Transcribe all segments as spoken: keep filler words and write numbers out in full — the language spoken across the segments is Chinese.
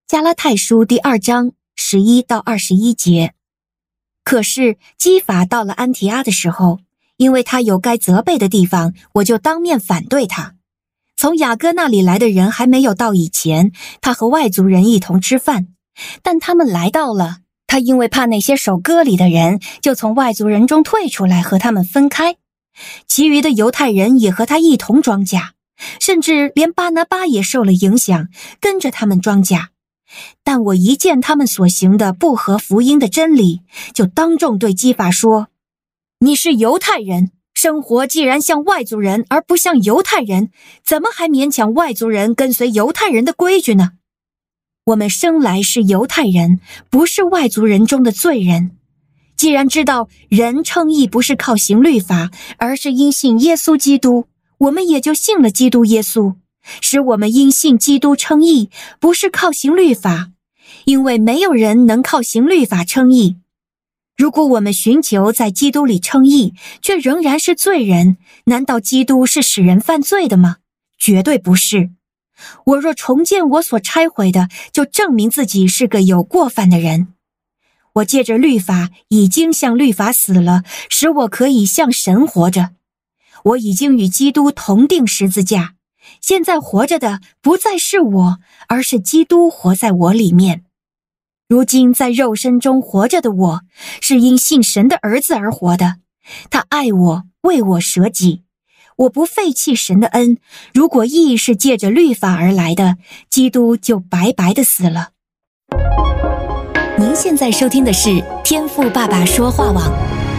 加拉太书第二章十一到二十一节。可是基法到了安提阿的时候，因为他有该责备的地方，我就当面反对他。从雅各那里来的人还没有到以前，他和外族人一同吃饭，但他们来到了，他因为怕那些守割礼的人，就从外族人中退出来和他们分开。其余的犹太人也和他一同庄稼，甚至连巴拿巴也受了影响，跟着他们庄稼。但我一见他们所行的不合福音的真理，就当众对基法说：你是犹太人，生活既然像外族人而不像犹太人，怎么还勉强外族人跟随犹太人的规矩呢？我们生来是犹太人，不是外族人中的罪人。既然知道人称义不是靠行律法，而是因信耶稣基督，我们也就信了基督耶稣，使我们因信基督称义，不是靠行律法，因为没有人能靠行律法称义。如果我们寻求在基督里称义，却仍然是罪人，难道基督是使人犯罪的吗？绝对不是。我若重建我所拆毁的，就证明自己是个有过犯的人。我借着律法已经向律法死了，使我可以向神活着。我已经与基督同定十字架，现在活着的不再是我，而是基督活在我里面。如今在肉身中活着的我，是因信神的儿子而活的。他爱我，为我舍己。我不废弃神的恩，如果义是借着律法而来的，基督就白白的死了。您现在收听的是天父爸爸说话网。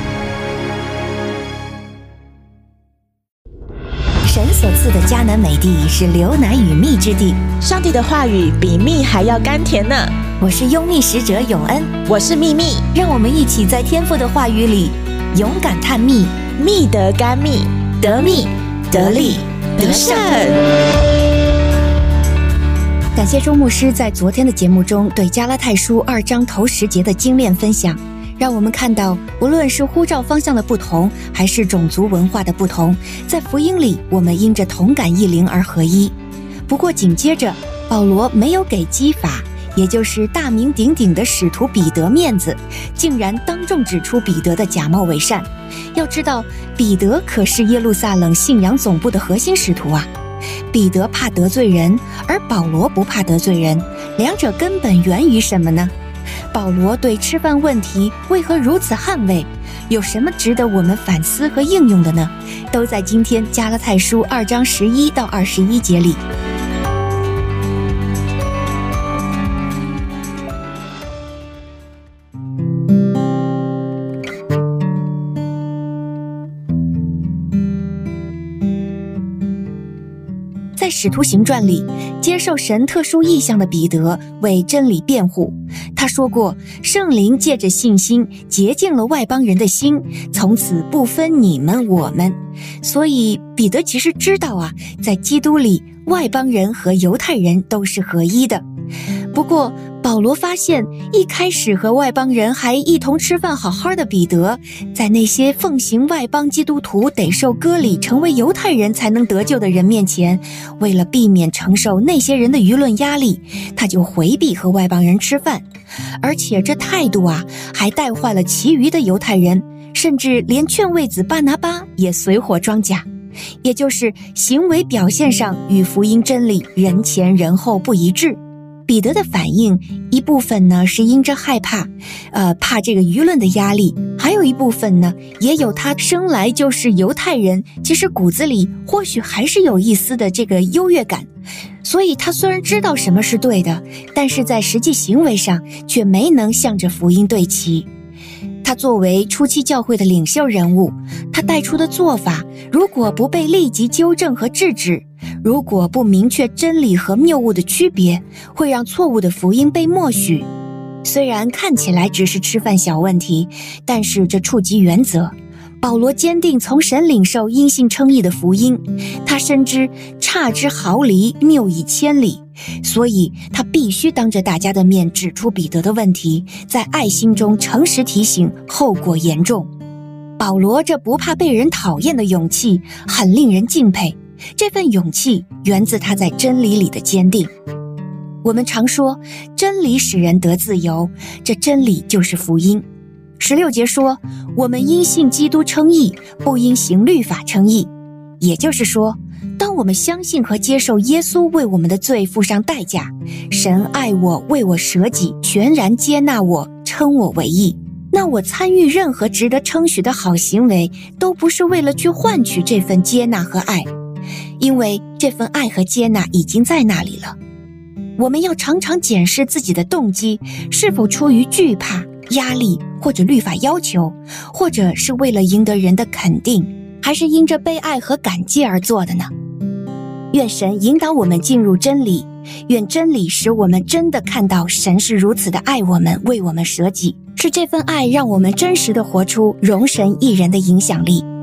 神所赐的迦南美地是流奶与蜜之地， 上帝的话语比蜜还要甘甜呢。 我是拥蜜使者永恩， 我是蜜蜜， 让我们一起在天父的话语里勇敢探蜜， 蜜得甘蜜，得蜜得利得胜。 感谢周牧师在昨天的节目中对加拉太书二章头十节的精炼分享，让我们看到无论是呼召方向的不同，还是种族文化的不同，在福音里我们因着同感一灵而合一。不过紧接着保罗没有给基法，也就是大名鼎鼎的使徒彼得面子，竟然当众指出彼得的假冒伪善。要知道彼得可是耶路撒冷信仰总部的核心使徒啊。彼得怕得罪人，而保罗不怕得罪人，两者根本源于什么呢？保罗对吃饭问题为何如此捍卫？有什么值得我们反思和应用的呢？都在今天加拉太书二章十一到二十一节里。在使徒行传里，接受神特殊意象的彼得为真理辩护。他说过，圣灵借着信心洁净了外邦人的心，从此不分你们我们。所以彼得其实知道啊，在基督里外邦人和犹太人都是合一的。不过保罗发现，一开始和外邦人还一同吃饭好好的彼得，在那些奉行外邦基督徒得受割礼成为犹太人才能得救的人面前，为了避免承受那些人的舆论压力，他就回避和外邦人吃饭。而且这态度啊，还带坏了其余的犹太人，甚至连劝慰子巴拿巴也随伙装假，也就是行为表现上与福音真理人前人后不一致。彼得的反应一部分呢是因着害怕，呃，怕这个舆论的压力，还有一部分呢也有他生来就是犹太人，其实骨子里或许还是有一丝的这个优越感，所以他虽然知道什么是对的，但是在实际行为上却没能向着福音对齐。他作为初期教会的领袖人物，他带出的做法如果不被立即纠正和制止，如果不明确真理和谬误的区别，会让错误的福音被默许。虽然看起来只是吃饭小问题，但是这触及原则。保罗坚定从神领受因信称义的福音，他深知差之毫厘，谬以千里，所以他必须当着大家的面指出彼得的问题，在爱心中诚实提醒，后果严重。保罗这不怕被人讨厌的勇气很令人敬佩，这份勇气源自他在真理里的坚定。 我们常说真理使人得自由，这真理就是福音。十六节说，我们因信基督称义，不因行律法称义。也就是说，当我们相信和接受耶稣为我们的罪付上代价，神爱我，为我舍己，全然接纳我，称我为义，那我参与任何值得称许的好行为，都不是为了去换取这份接纳和爱，因为这份爱和接纳已经在那里了。我们要常常检视自己的动机，是否出于惧怕、压力或者律法要求，或者是为了赢得人的肯定，还是因着被爱和感激而做的呢？愿神引导我们进入真理，愿真理使我们真的看到神是如此的爱我们，为我们舍己，是这份爱让我们真实的活出容神一人的影响力。